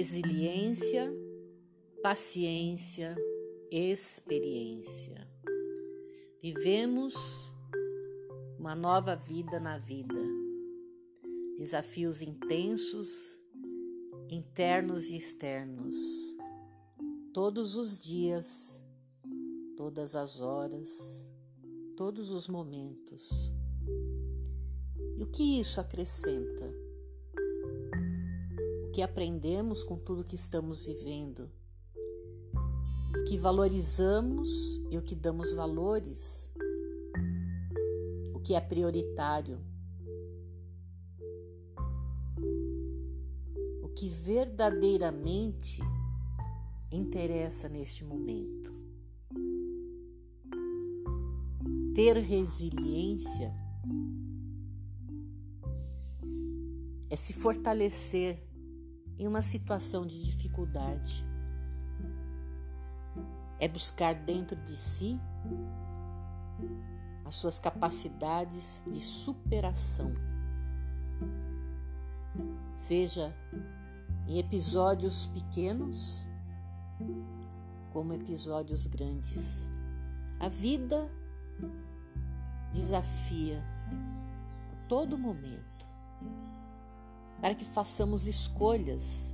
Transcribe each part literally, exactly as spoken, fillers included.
resiliência, paciência, experiência. Vivemos uma nova vida na vida. Desafios intensos, internos e externos. Todos os dias, todas as horas, todos os momentos. E o que isso acrescenta? O que aprendemos com tudo que estamos vivendo? O que valorizamos e o que damos valores? O que é prioritário? O que verdadeiramente interessa neste momento? Ter resiliência é se fortalecer em uma situação de dificuldade. É buscar dentro de si as suas capacidades de superação, seja em episódios pequenos como episódios grandes. A vida desafia a todo momento para que façamos escolhas,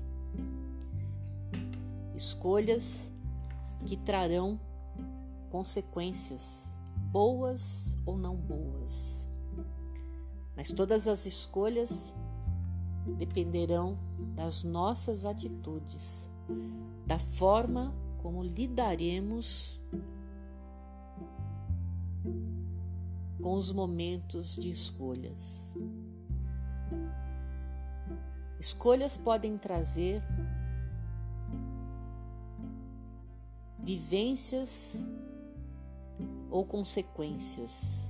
escolhas que trarão consequências, boas ou não boas. Mas todas as escolhas dependerão das nossas atitudes, da forma como lidaremos com os momentos de escolhas. Escolhas podem trazer vivências ou consequências,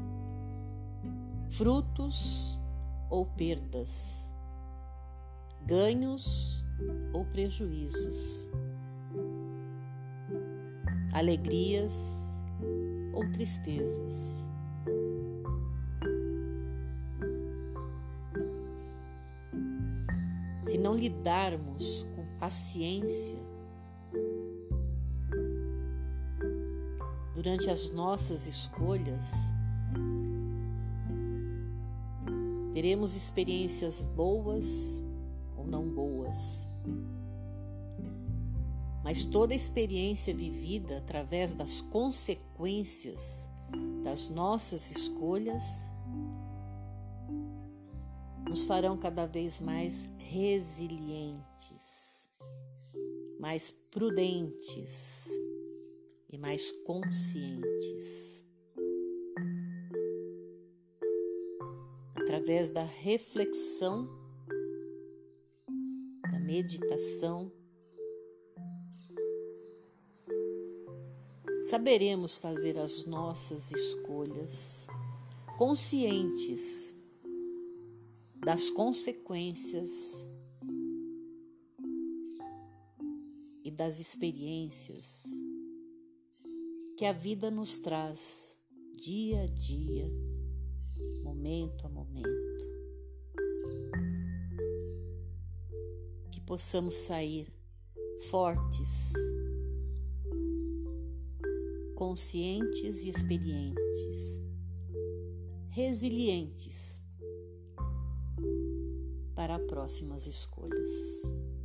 frutos ou perdas, ganhos ou prejuízos, alegrias ou tristezas. Se não lidarmos com paciência durante as nossas escolhas, teremos experiências boas ou não boas. Mas toda experiência vivida através das consequências das nossas escolhas nos farão cada vez mais resilientes, mais prudentes e mais conscientes. Através da reflexão, da meditação, saberemos fazer as nossas escolhas conscientes das consequências e das experiências que a vida nos traz dia a dia, momento a momento. Que possamos sair fortes, conscientes e experientes, resilientes para próximas escolhas.